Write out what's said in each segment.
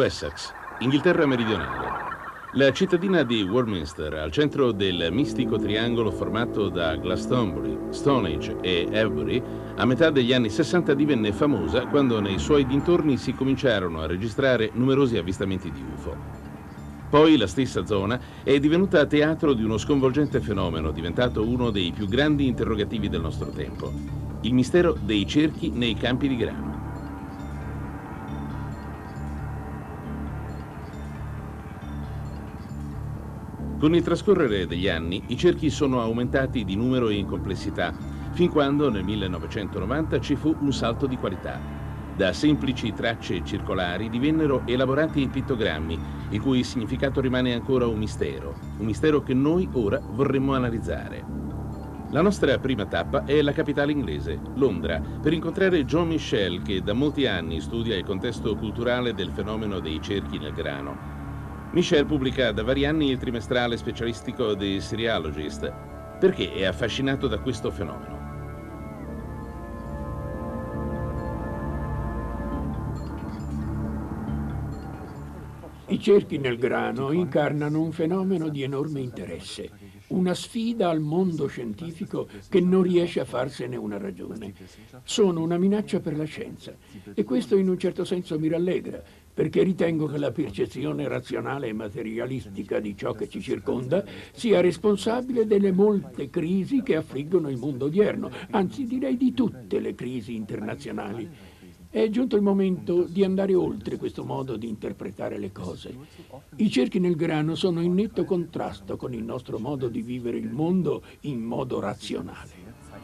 Wessex, Inghilterra meridionale. La cittadina di Warminster, al centro del mistico triangolo formato da Glastonbury, Stonehenge e Avebury, a metà degli anni 60 divenne famosa quando nei suoi dintorni si cominciarono a registrare numerosi avvistamenti di UFO. Poi la stessa zona è divenuta teatro di uno sconvolgente fenomeno diventato uno dei più grandi interrogativi del nostro tempo: il mistero dei cerchi nei campi di grano. Con il trascorrere degli anni, i cerchi sono aumentati di numero e in complessità, fin quando nel 1990 ci fu un salto di qualità. Da semplici tracce circolari divennero elaborati pittogrammi, il cui significato rimane ancora un mistero che noi ora vorremmo analizzare. La nostra prima tappa è la capitale inglese, Londra, per incontrare John Michel, che da molti anni studia il contesto culturale del fenomeno dei cerchi nel grano. Michel pubblica da vari anni il trimestrale specialistico The Serialogist. Perché è affascinato da questo fenomeno? I cerchi nel grano incarnano un fenomeno di enorme interesse, una sfida al mondo scientifico che non riesce a farsene una ragione. Sono una minaccia per la scienza e questo in un certo senso mi rallegra, perché ritengo che la percezione razionale e materialistica di ciò che ci circonda sia responsabile delle molte crisi che affliggono il mondo odierno, anzi direi di tutte le crisi internazionali. È giunto il momento di andare oltre questo modo di interpretare le cose. I cerchi nel grano sono in netto contrasto con il nostro modo di vivere il mondo in modo razionale.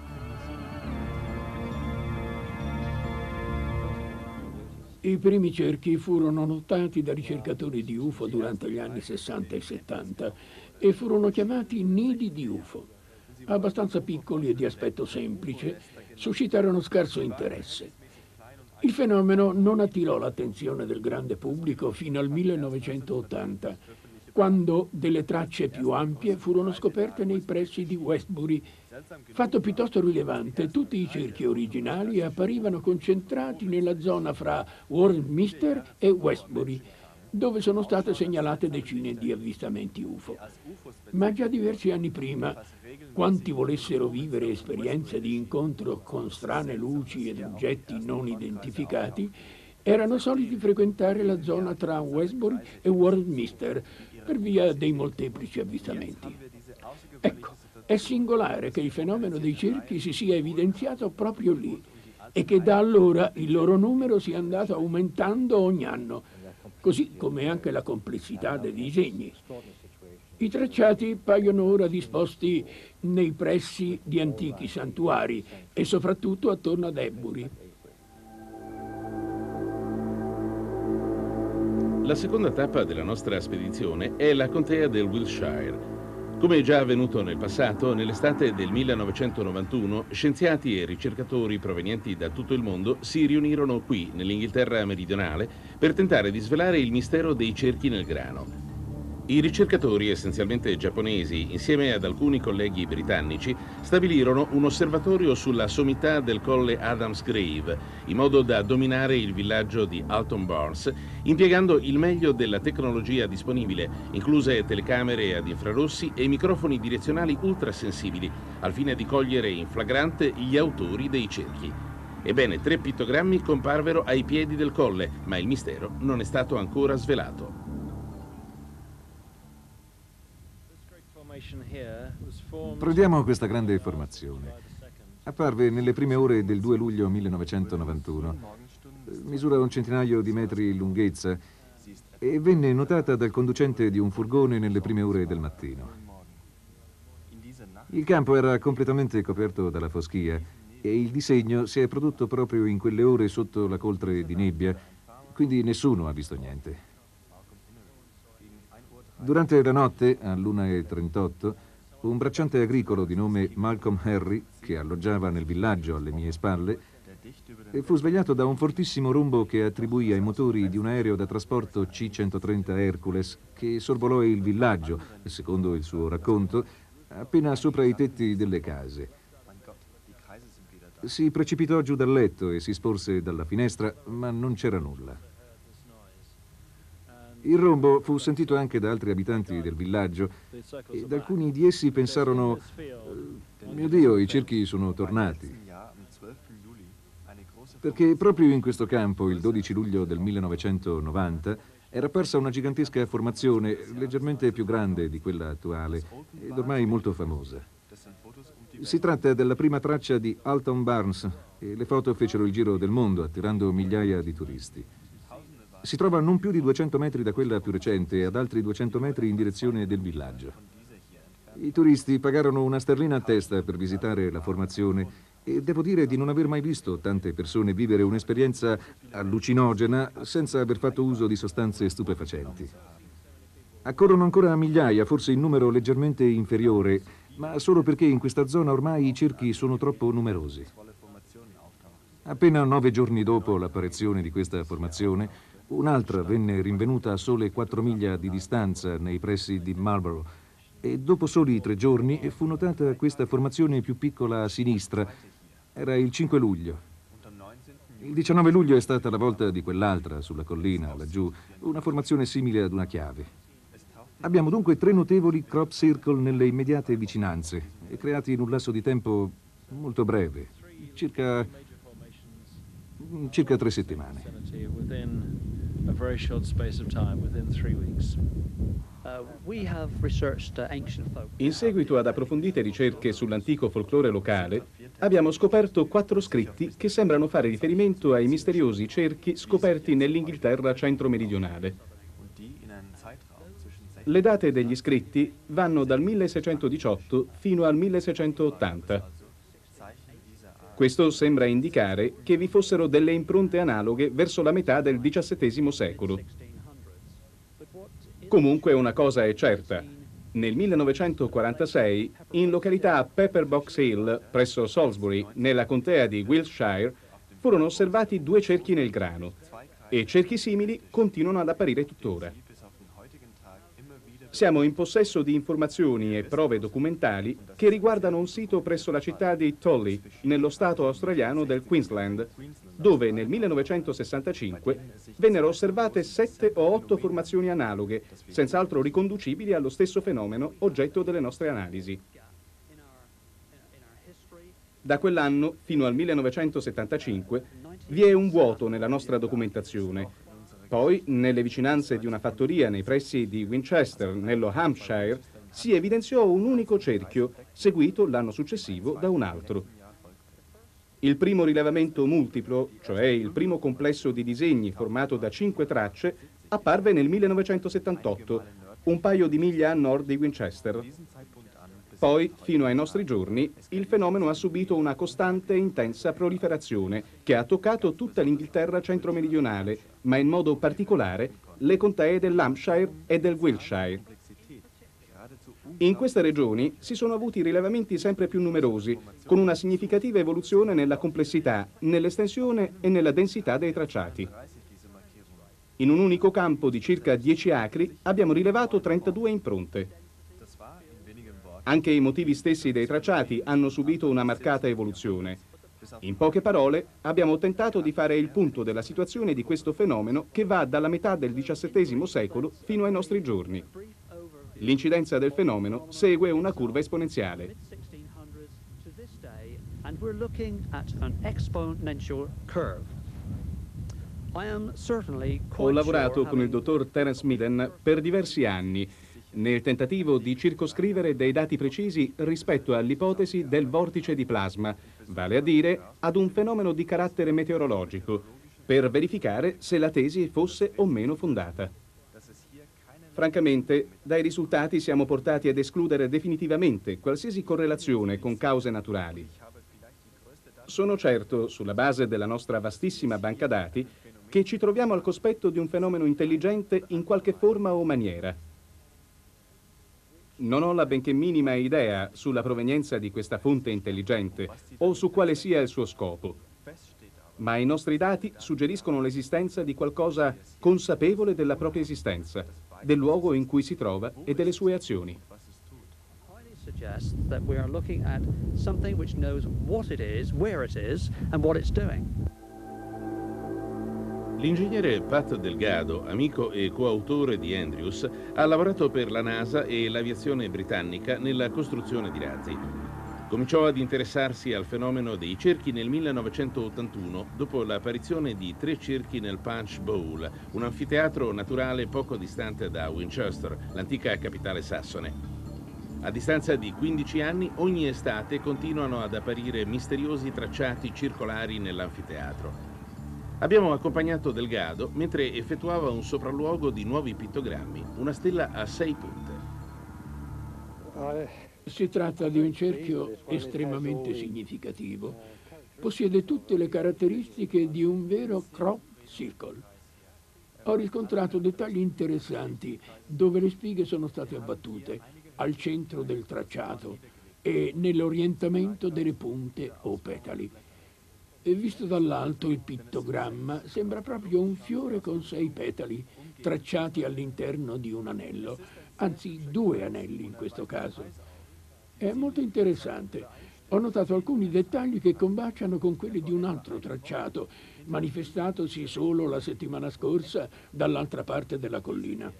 I primi cerchi furono notati da ricercatori di UFO durante gli anni 60 e 70 e furono chiamati nidi di UFO. Abbastanza piccoli e di aspetto semplice, suscitarono scarso interesse. Il fenomeno non attirò l'attenzione del grande pubblico fino al 1980, quando delle tracce più ampie furono scoperte nei pressi di Westbury. Fatto piuttosto rilevante, tutti i cerchi originali apparivano concentrati nella zona fra Warminster e Westbury, dove sono state segnalate decine di avvistamenti UFO. Ma già diversi anni prima, quanti volessero vivere esperienze di incontro con strane luci ed oggetti non identificati, erano soliti frequentare la zona tra Westbury e Warminster per via dei molteplici avvistamenti. Ecco, è singolare che il fenomeno dei cerchi si sia evidenziato proprio lì e che da allora il loro numero sia andato aumentando ogni anno, così come anche la complessità dei disegni. I tracciati paiono ora disposti nei pressi di antichi santuari e soprattutto attorno ad Ebury. La seconda tappa della nostra spedizione è la contea del Wiltshire. Come già avvenuto nel passato, nell'estate del 1991, scienziati e ricercatori provenienti da tutto il mondo si riunirono qui, nell'Inghilterra meridionale, per tentare di svelare il mistero dei cerchi nel grano. I ricercatori, essenzialmente giapponesi, insieme ad alcuni colleghi britannici, stabilirono un osservatorio sulla sommità del colle Adams Grave, in modo da dominare il villaggio di Alton Barnes, impiegando il meglio della tecnologia disponibile, incluse telecamere ad infrarossi e microfoni direzionali ultrasensibili, al fine di cogliere in flagrante gli autori dei cerchi. Ebbene, 3 pittogrammi comparvero ai piedi del colle, ma il mistero non è stato ancora svelato. Prendiamo questa grande formazione. Apparve nelle prime ore del 2 luglio 1991. Misura un centinaio di metri in lunghezza e venne notata dal conducente di un furgone nelle prime ore del mattino. Il campo era completamente coperto dalla foschia e il disegno si è prodotto proprio in quelle ore sotto la coltre di nebbia, quindi nessuno ha visto niente. Durante la notte, all'1:38, un bracciante agricolo di nome Malcolm Harry, che alloggiava nel villaggio alle mie spalle, fu svegliato da un fortissimo rombo che attribuì ai motori di un aereo da trasporto C-130 Hercules che sorvolò il villaggio, secondo il suo racconto, appena sopra i tetti delle case. Si precipitò giù dal letto e si sporse dalla finestra, ma non c'era nulla. Il rombo fu sentito anche da altri abitanti del villaggio ed alcuni di essi pensarono: mio Dio, i cerchi sono tornati. Perché proprio in questo campo, il 12 luglio del 1990, era apparsa una gigantesca formazione leggermente più grande di quella attuale ed ormai molto famosa. Si tratta della prima traccia di Alton Barnes e le foto fecero il giro del mondo, attirando migliaia di turisti. Si trova a non più di 200 metri da quella più recente e ad altri 200 metri in direzione del villaggio. I turisti pagarono una sterlina a testa per visitare la formazione e devo dire di non aver mai visto tante persone vivere un'esperienza allucinogena senza aver fatto uso di sostanze stupefacenti. Accorrono ancora migliaia, forse in numero leggermente inferiore, ma solo perché in questa zona ormai i cerchi sono troppo numerosi. Appena 9 giorni dopo l'apparizione di questa formazione, un'altra venne rinvenuta a sole 4 miglia di distanza nei pressi di Marlborough e dopo soli 3 giorni fu notata questa formazione più piccola a sinistra. Era il 5 luglio. Il 19 luglio è stata la volta di quell'altra sulla collina, laggiù, una formazione simile ad una chiave. Abbiamo dunque 3 notevoli crop circle nelle immediate vicinanze, creati in un lasso di tempo molto breve, circa 3 settimane. In seguito ad approfondite ricerche sull'antico folklore locale, abbiamo scoperto 4 scritti che sembrano fare riferimento ai misteriosi cerchi scoperti nell'Inghilterra centro-meridionale. Le date degli scritti vanno dal 1618 fino al 1680. Questo sembra indicare che vi fossero delle impronte analoghe verso la metà del XVII secolo. Comunque una cosa è certa. Nel 1946, in località Pepperbox Hill, presso Salisbury, nella contea di Wiltshire, furono osservati 2 cerchi nel grano e cerchi simili continuano ad apparire tuttora. Siamo in possesso di informazioni e prove documentali che riguardano un sito presso la città di Tolly, nello stato australiano del Queensland, dove nel 1965 vennero osservate 7 o 8 formazioni analoghe, senz'altro riconducibili allo stesso fenomeno oggetto delle nostre analisi. Da quell'anno fino al 1975 vi è un vuoto nella nostra documentazione. Poi, nelle vicinanze di una fattoria nei pressi di Winchester, nello Hampshire, si evidenziò un unico cerchio, seguito l'anno successivo da un altro. Il primo rilevamento multiplo, cioè il primo complesso di disegni formato da 5 tracce, apparve nel 1978, un paio di miglia a nord di Winchester. Poi, fino ai nostri giorni, il fenomeno ha subito una costante e intensa proliferazione che ha toccato tutta l'Inghilterra centro-meridionale, ma in modo particolare le contee dell'Hampshire e del Wiltshire. In queste regioni si sono avuti rilevamenti sempre più numerosi, con una significativa evoluzione nella complessità, nell'estensione e nella densità dei tracciati. In un unico campo di circa 10 acri abbiamo rilevato 32 impronte. Anche i motivi stessi dei tracciati hanno subito una marcata evoluzione. In poche parole, abbiamo tentato di fare il punto della situazione di questo fenomeno che va dalla metà del XVII secolo fino ai nostri giorni. L'incidenza del fenomeno segue una curva esponenziale. Ho lavorato con il dottor Terence Midden per diversi anni nel tentativo di circoscrivere dei dati precisi rispetto all'ipotesi del vortice di plasma, vale a dire ad un fenomeno di carattere meteorologico, per verificare se la tesi fosse o meno fondata. Francamente, dai risultati siamo portati ad escludere definitivamente qualsiasi correlazione con cause naturali. Sono certo, sulla base della nostra vastissima banca dati, che ci troviamo al cospetto di un fenomeno intelligente in qualche forma o maniera. Non ho la benché minima idea sulla provenienza di questa fonte intelligente o su quale sia il suo scopo, ma i nostri dati suggeriscono l'esistenza di qualcosa consapevole della propria esistenza, del luogo in cui si trova e delle sue azioni. Suggests that we are looking at something which knows what it is, where it is, and what it's doing. L'ingegnere Pat Delgado, amico e coautore di Andrews, ha lavorato per la NASA e l'aviazione britannica nella costruzione di razzi. Cominciò ad interessarsi al fenomeno dei cerchi nel 1981, dopo l'apparizione di 3 cerchi nel Punch Bowl, un anfiteatro naturale poco distante da Winchester, l'antica capitale sassone. A distanza di 15 anni, ogni estate continuano ad apparire misteriosi tracciati circolari nell'anfiteatro. Abbiamo accompagnato Delgado mentre effettuava un sopralluogo di nuovi pittogrammi, una stella a 6 punte. Si tratta di un cerchio estremamente significativo. Possiede tutte le caratteristiche di un vero crop circle. Ho riscontrato dettagli interessanti dove le spighe sono state abbattute, al centro del tracciato e nell'orientamento delle punte o petali. E visto dall'alto il pittogramma sembra proprio un fiore con 6 petali tracciati all'interno di un anello, anzi 2 anelli in questo caso. È molto interessante. Ho notato alcuni dettagli che combaciano con quelli di un altro tracciato, manifestatosi solo la settimana scorsa dall'altra parte della collina.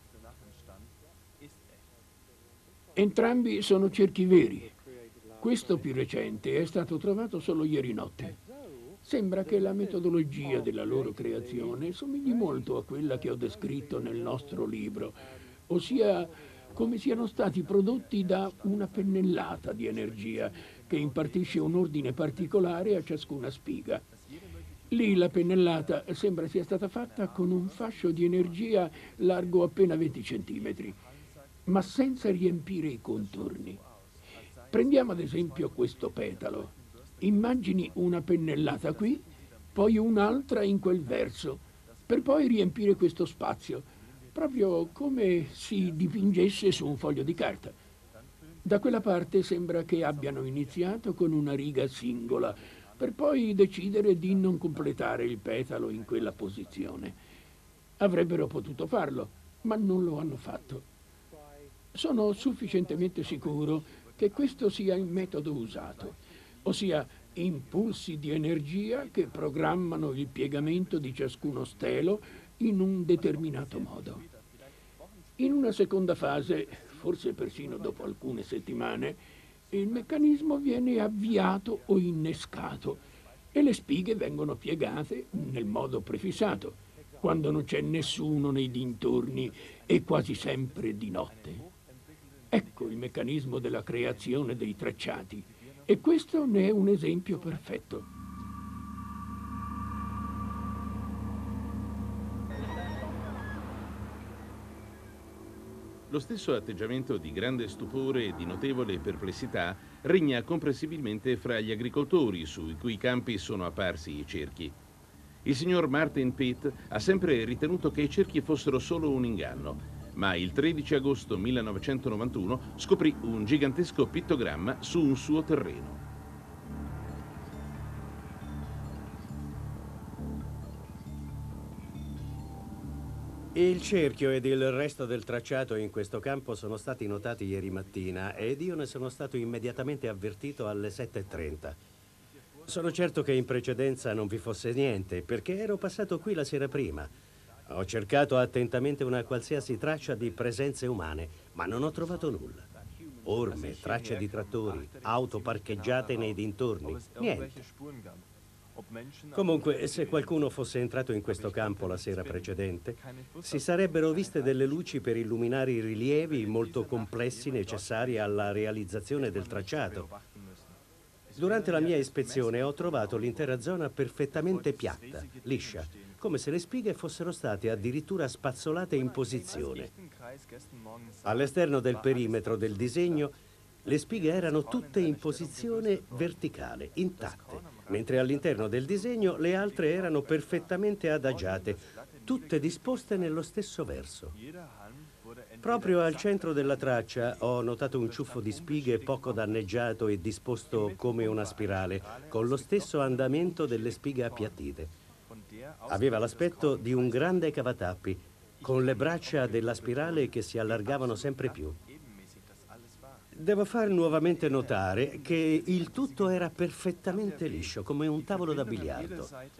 Entrambi sono cerchi veri. Questo più recente è stato trovato solo ieri notte. Sembra che la metodologia della loro creazione somigli molto a quella che ho descritto nel nostro libro, ossia come siano stati prodotti da una pennellata di energia che impartisce un ordine particolare a ciascuna spiga. Lì la pennellata sembra sia stata fatta con un fascio di energia largo appena 20 centimetri, ma senza riempire i contorni. Prendiamo ad esempio questo petalo. Immagini una pennellata qui, poi un'altra in quel verso, per poi riempire questo spazio, proprio come si dipingesse su un foglio di carta. Da quella parte sembra che abbiano iniziato con una riga singola, per poi decidere di non completare il petalo in quella posizione. Avrebbero potuto farlo, ma non lo hanno fatto. Sono sufficientemente sicuro che questo sia il metodo usato, ossia impulsi di energia che programmano il piegamento di ciascuno stelo in un determinato modo. In una seconda fase, forse persino dopo alcune settimane, il meccanismo viene avviato o innescato e le spighe vengono piegate nel modo prefissato, quando non c'è nessuno nei dintorni e quasi sempre di notte. Ecco il meccanismo della creazione dei tracciati. E questo ne è un esempio perfetto. Lo stesso atteggiamento di grande stupore e di notevole perplessità regna comprensibilmente fra gli agricoltori sui cui campi sono apparsi i cerchi. Il signor Martin Pitt ha sempre ritenuto che i cerchi fossero solo un inganno, ma il 13 agosto 1991 scoprì un gigantesco pittogramma su un suo terreno. Il cerchio ed il resto del tracciato in questo campo sono stati notati ieri mattina ed io ne sono stato immediatamente avvertito alle 7:30. Sono certo che in precedenza non vi fosse niente, perché ero passato qui la sera prima. Ho cercato attentamente una qualsiasi traccia di presenze umane, ma non ho trovato nulla. Orme, tracce di trattori, auto parcheggiate nei dintorni, niente. Comunque, se qualcuno fosse entrato in questo campo la sera precedente, si sarebbero viste delle luci per illuminare i rilievi molto complessi necessari alla realizzazione del tracciato. Durante la mia ispezione ho trovato l'intera zona perfettamente piatta, liscia, come se le spighe fossero state addirittura spazzolate in posizione. All'esterno del perimetro del disegno, le spighe erano tutte in posizione verticale, intatte, mentre all'interno del disegno le altre erano perfettamente adagiate, tutte disposte nello stesso verso. Proprio al centro della traccia ho notato un ciuffo di spighe poco danneggiato e disposto come una spirale, con lo stesso andamento delle spighe appiattite. Aveva l'aspetto di un grande cavatappi, con le braccia della spirale che si allargavano sempre più. Devo far nuovamente notare che il tutto era perfettamente liscio, come un tavolo da biliardo.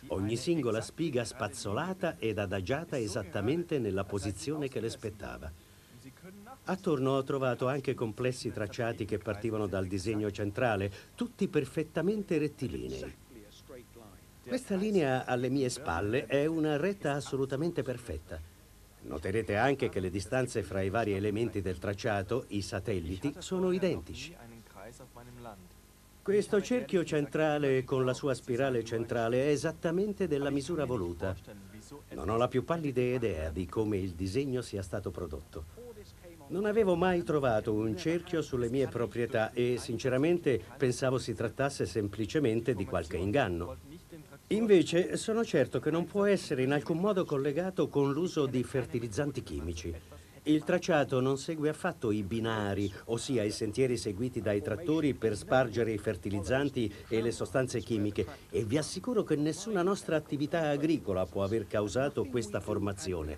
ogni singola spiga spazzolata ed adagiata esattamente nella posizione che le spettava. Attorno ho trovato anche complessi tracciati che partivano dal disegno centrale, tutti perfettamente rettilinei. Questa linea alle mie spalle è una retta assolutamente perfetta. Noterete anche che le distanze fra i vari elementi del tracciato, i satelliti, sono identici. Questo cerchio centrale con la sua spirale centrale è esattamente della misura voluta. Non ho la più pallida idea di come il disegno sia stato prodotto. Non avevo mai trovato un cerchio sulle mie proprietà e sinceramente pensavo si trattasse semplicemente di qualche inganno. Invece sono certo che non può essere in alcun modo collegato con l'uso di fertilizzanti chimici. Il tracciato non segue affatto i binari, ossia i sentieri seguiti dai trattori per spargere i fertilizzanti e le sostanze chimiche, e vi assicuro che nessuna nostra attività agricola può aver causato questa formazione.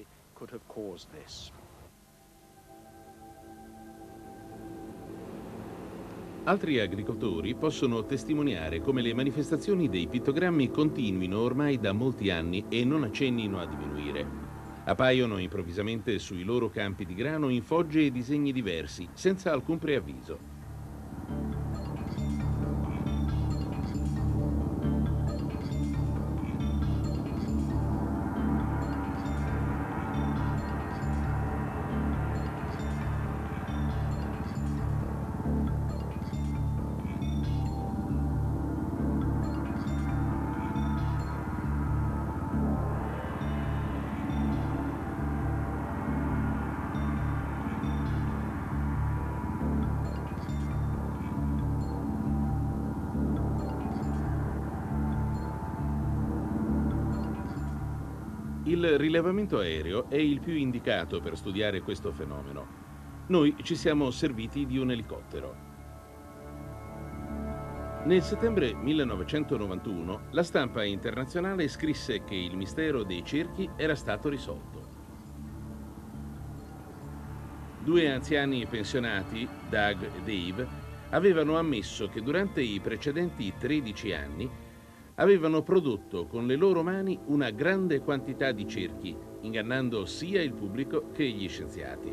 Altri agricoltori possono testimoniare come le manifestazioni dei pittogrammi continuino ormai da molti anni e non accennino a diminuire. Appaiono improvvisamente sui loro campi di grano in fogge e disegni diversi, senza alcun preavviso. Il rilevamento aereo è il più indicato per studiare questo fenomeno. Noi ci siamo serviti di un elicottero. Nel settembre 1991 la stampa internazionale scrisse che il mistero dei cerchi era stato risolto. Due anziani pensionati, Doug e Dave, avevano ammesso che durante i precedenti 13 anni avevano prodotto con le loro mani una grande quantità di cerchi, ingannando sia il pubblico che gli scienziati.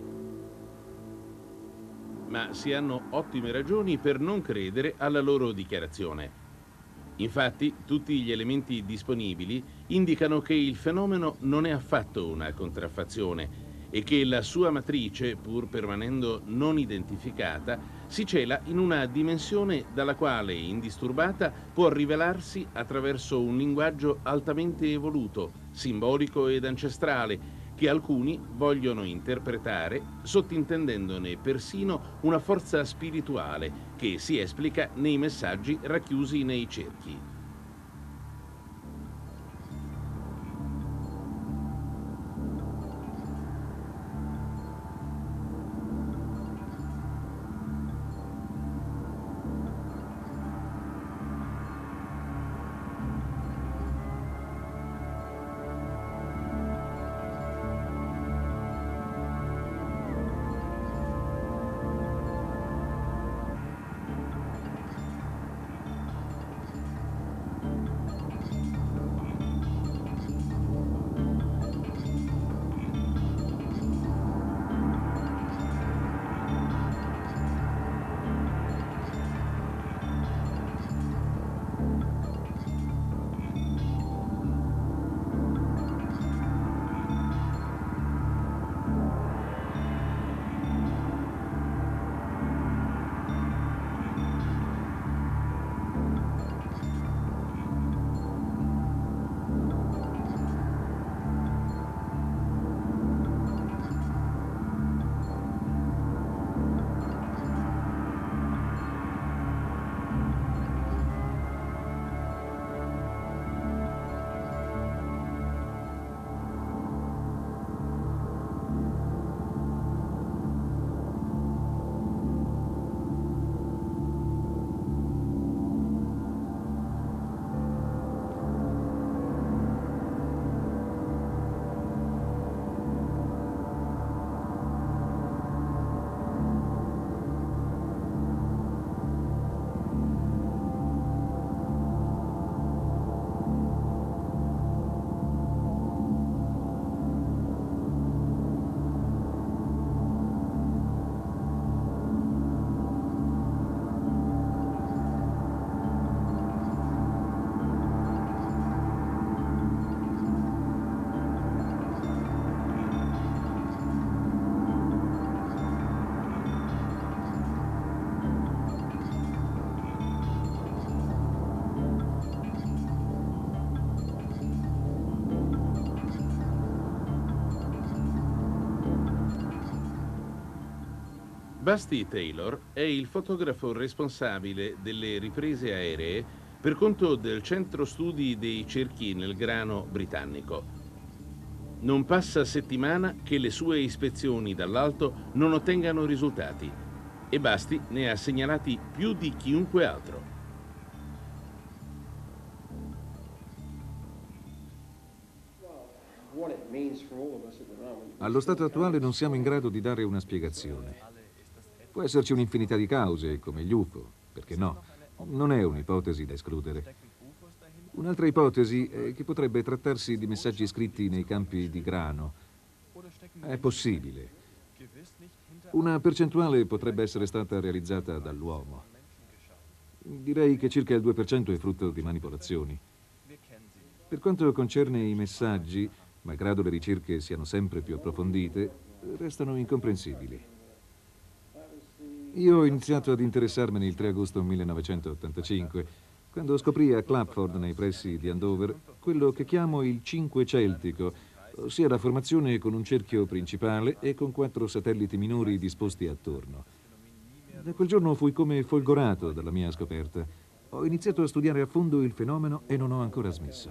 Ma si hanno ottime ragioni per non credere alla loro dichiarazione. Infatti, tutti gli elementi disponibili indicano che il fenomeno non è affatto una contraffazione e che la sua matrice, pur permanendo non identificata, si cela in una dimensione dalla quale, indisturbata, può rivelarsi attraverso un linguaggio altamente evoluto, simbolico ed ancestrale, che alcuni vogliono interpretare sottintendendone persino una forza spirituale che si esplica nei messaggi racchiusi nei cerchi. Busty Taylor è il fotografo responsabile delle riprese aeree per conto del Centro Studi dei Cerchi nel Grano britannico. Non passa settimana che le sue ispezioni dall'alto non ottengano risultati e Busty ne ha segnalati più di chiunque altro. Allo stato attuale non siamo in grado di dare una spiegazione. Può esserci un'infinità di cause, come gli UFO, perché no? Non è un'ipotesi da escludere. Un'altra ipotesi è che potrebbe trattarsi di messaggi scritti nei campi di grano. È possibile. Una percentuale potrebbe essere stata realizzata dall'uomo. Direi che circa il 2% è frutto di manipolazioni. Per quanto concerne i messaggi, malgrado le ricerche siano sempre più approfondite, restano incomprensibili. Io ho iniziato ad interessarmene il 3 agosto 1985, quando scoprì a Clapford, nei pressi di Andover, quello che chiamo il 5 celtico, ossia la formazione con un cerchio principale e con 4 satelliti minori disposti attorno. Da quel giorno fui come folgorato dalla mia scoperta. Ho iniziato a studiare a fondo il fenomeno e non ho ancora smesso.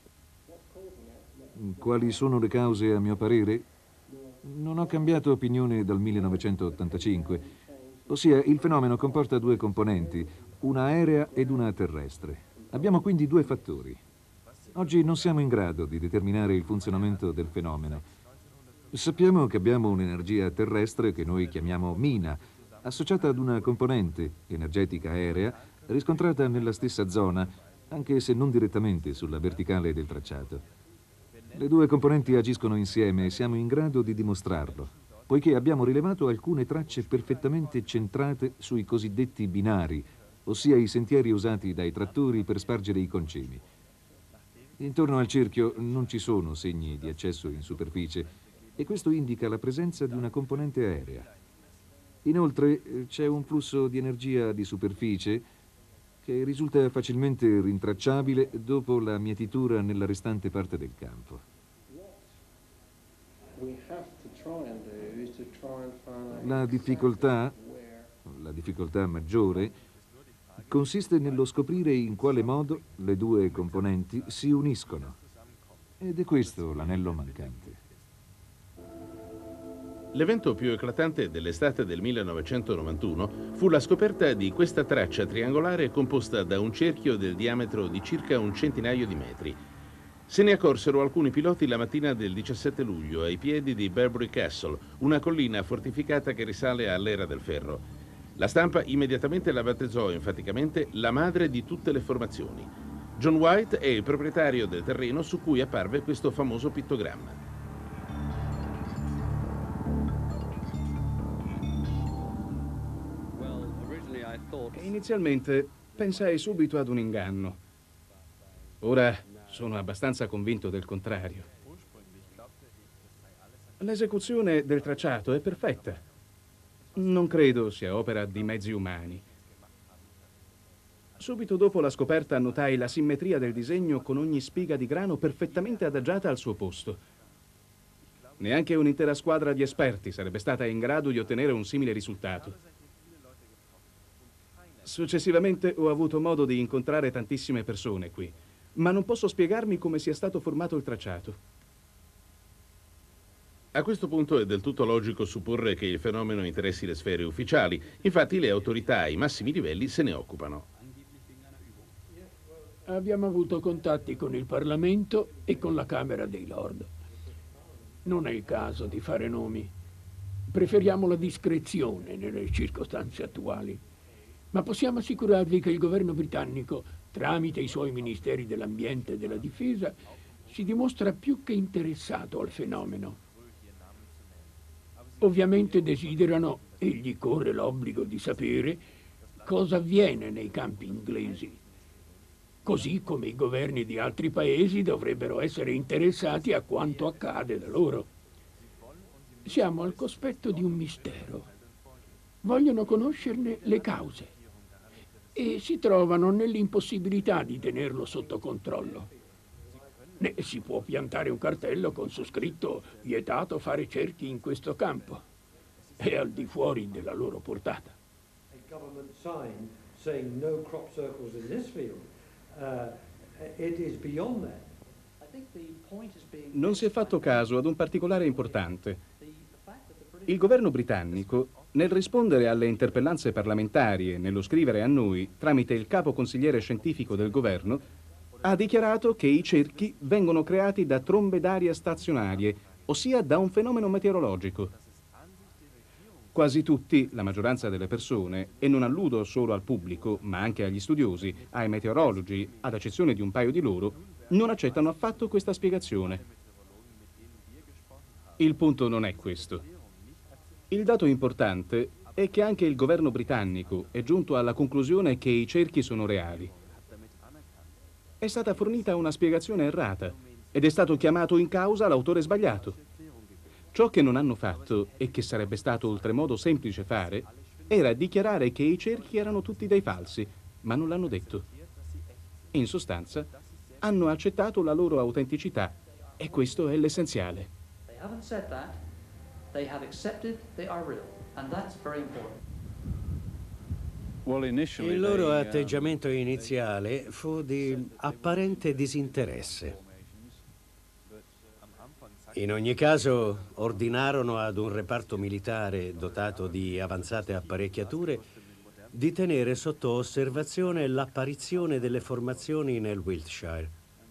Quali sono le cause, a mio parere? Non ho cambiato opinione dal 1985, ossia il fenomeno comporta 2 componenti, una aerea ed una terrestre. Abbiamo quindi 2 fattori. Oggi non siamo in grado di determinare il funzionamento del fenomeno. Sappiamo che abbiamo un'energia terrestre che noi chiamiamo mina, associata ad una componente energetica aerea riscontrata nella stessa zona, anche se non direttamente sulla verticale del tracciato. Le 2 componenti agiscono insieme e siamo in grado di dimostrarlo, poiché abbiamo rilevato alcune tracce perfettamente centrate sui cosiddetti binari, ossia i sentieri usati dai trattori per spargere i concimi. Intorno al cerchio non ci sono segni di accesso in superficie e questo indica la presenza di una componente aerea. Inoltre c'è un flusso di energia di superficie che risulta facilmente rintracciabile dopo la mietitura nella restante parte del campo. La difficoltà maggiore consiste nello scoprire in quale modo le 2 componenti si uniscono. Ed è questo l'anello mancante. L'evento più eclatante dell'estate del 1991 fu la scoperta di questa traccia triangolare composta da un cerchio del diametro di circa un centinaio di metri. Se ne accorsero alcuni piloti la mattina del 17 luglio ai piedi di Berbury Castle, una collina fortificata che risale all'era del ferro. La stampa immediatamente la battezzò enfaticamente la madre di tutte le formazioni. John White è il proprietario del terreno su cui apparve questo famoso pittogramma. Inizialmente pensai subito ad un inganno. Ora sono abbastanza convinto del contrario. L'esecuzione del tracciato è perfetta. Non credo sia opera di mezzi umani. Subito dopo la scoperta notai la simmetria del disegno con ogni spiga di grano perfettamente adagiata al suo posto. Neanche un'intera squadra di esperti sarebbe stata in grado di ottenere un simile risultato. Successivamente ho avuto modo di incontrare tantissime persone qui, ma non posso spiegarmi come sia stato formato il tracciato. A questo punto è del tutto logico supporre che il fenomeno interessi le sfere ufficiali, infatti le autorità ai massimi livelli se ne occupano. Abbiamo avuto contatti con il Parlamento e con la Camera dei Lord. Non è il caso di fare nomi. Preferiamo la discrezione nelle circostanze attuali. Ma possiamo assicurarvi che il governo britannico, tramite i suoi ministeri dell'ambiente e della difesa, si dimostra più che interessato al fenomeno. Ovviamente desiderano, e gli corre l'obbligo di sapere, cosa avviene nei campi inglesi. Così come i governi di altri paesi dovrebbero essere interessati a quanto accade da loro. Siamo al cospetto di un mistero. Vogliono conoscerne le cause e si trovano nell'impossibilità di tenerlo sotto controllo. Né si può piantare un cartello con su scritto «Vietato fare cerchi in questo campo». è al di fuori della loro portata. A government sign saying no crop circles in this field, it is beyond that. Non si è fatto caso ad un particolare importante. Il governo britannico, nel rispondere alle interpellanze parlamentari e nello scrivere a noi tramite il capo consigliere scientifico del governo, ha dichiarato che i cerchi vengono creati da trombe d'aria stazionarie, ossia da un fenomeno meteorologico. Quasi tutti, la maggioranza delle persone, e non alludo solo al pubblico, ma anche agli studiosi, ai meteorologi, ad eccezione di un paio di loro, non accettano affatto questa spiegazione. Il punto non è questo. Il dato importante è che anche il governo britannico è giunto alla conclusione che i cerchi sono reali. È stata fornita una spiegazione errata ed è stato chiamato in causa l'autore sbagliato. Ciò che non hanno fatto, e che sarebbe stato oltremodo semplice fare, era dichiarare che i cerchi erano tutti dei falsi, ma non l'hanno detto. In sostanza, hanno accettato la loro autenticità, e questo è l'essenziale. They haven't said that. They have accepted they are real, and that's very important. Il loro atteggiamento iniziale fu di apparente disinteresse. In ogni caso, ordinarono ad un reparto militare dotato di avanzate apparecchiature di tenere sotto osservazione l'apparizione delle formazioni nel Wiltshire.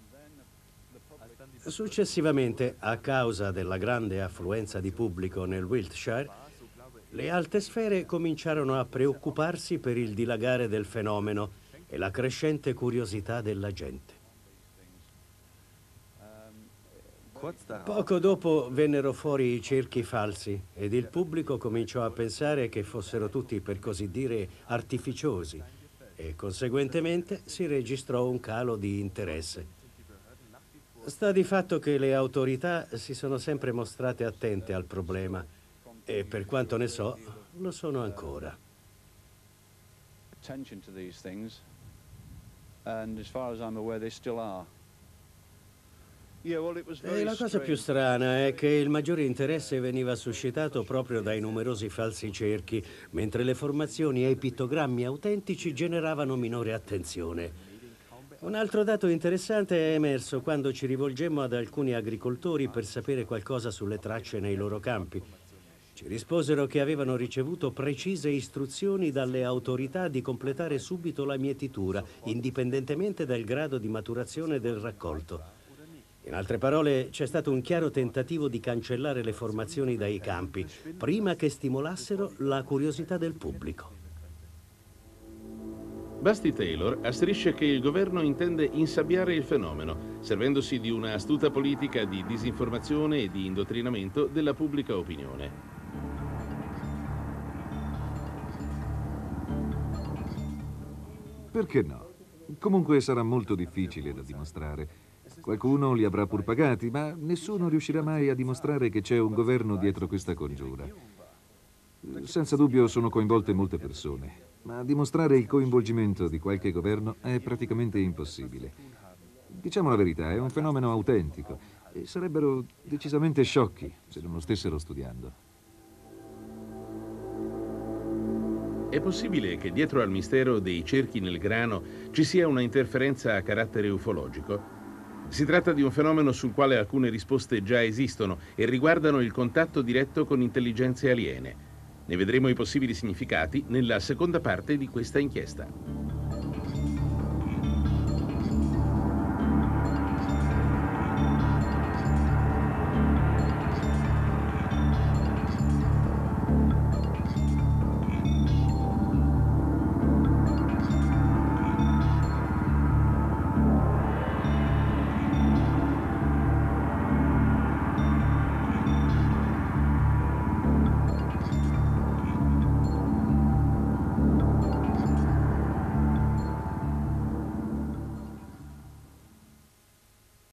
Successivamente, a causa della grande affluenza di pubblico nel Wiltshire, le alte sfere cominciarono a preoccuparsi per il dilagare del fenomeno e la crescente curiosità della gente. Poco dopo vennero fuori i cerchi falsi ed il pubblico cominciò a pensare che fossero tutti, per così dire, artificiosi e conseguentemente si registrò un calo di interesse. Sta di fatto che le autorità si sono sempre mostrate attente al problema e, per quanto ne so, lo sono ancora. Attention to these things, and as far as I'm aware, they still are. E la cosa più strana è che il maggiore interesse veniva suscitato proprio dai numerosi falsi cerchi, mentre le formazioni e i pittogrammi autentici generavano minore attenzione. Un altro dato interessante è emerso quando ci rivolgemmo ad alcuni agricoltori per sapere qualcosa sulle tracce nei loro campi. Ci risposero che avevano ricevuto precise istruzioni dalle autorità di completare subito la mietitura, indipendentemente dal grado di maturazione del raccolto. In altre parole, c'è stato un chiaro tentativo di cancellare le formazioni dai campi, prima che stimolassero la curiosità del pubblico. Basti Taylor asserisce che il governo intende insabbiare il fenomeno, servendosi di una astuta politica di disinformazione e di indottrinamento della pubblica opinione. Perché no? Comunque sarà molto difficile da dimostrare. Qualcuno li avrà pur pagati, ma nessuno riuscirà mai a dimostrare che c'è un governo dietro questa congiura. Senza dubbio sono coinvolte molte persone, ma dimostrare il coinvolgimento di qualche governo è praticamente impossibile. Diciamo la verità, è un fenomeno autentico e sarebbero decisamente sciocchi se non lo stessero studiando. È possibile che dietro al mistero dei cerchi nel grano ci sia una interferenza a carattere ufologico? Si tratta di un fenomeno sul quale alcune risposte già esistono e riguardano il contatto diretto con intelligenze aliene. Ne vedremo i possibili significati nella seconda parte di questa inchiesta.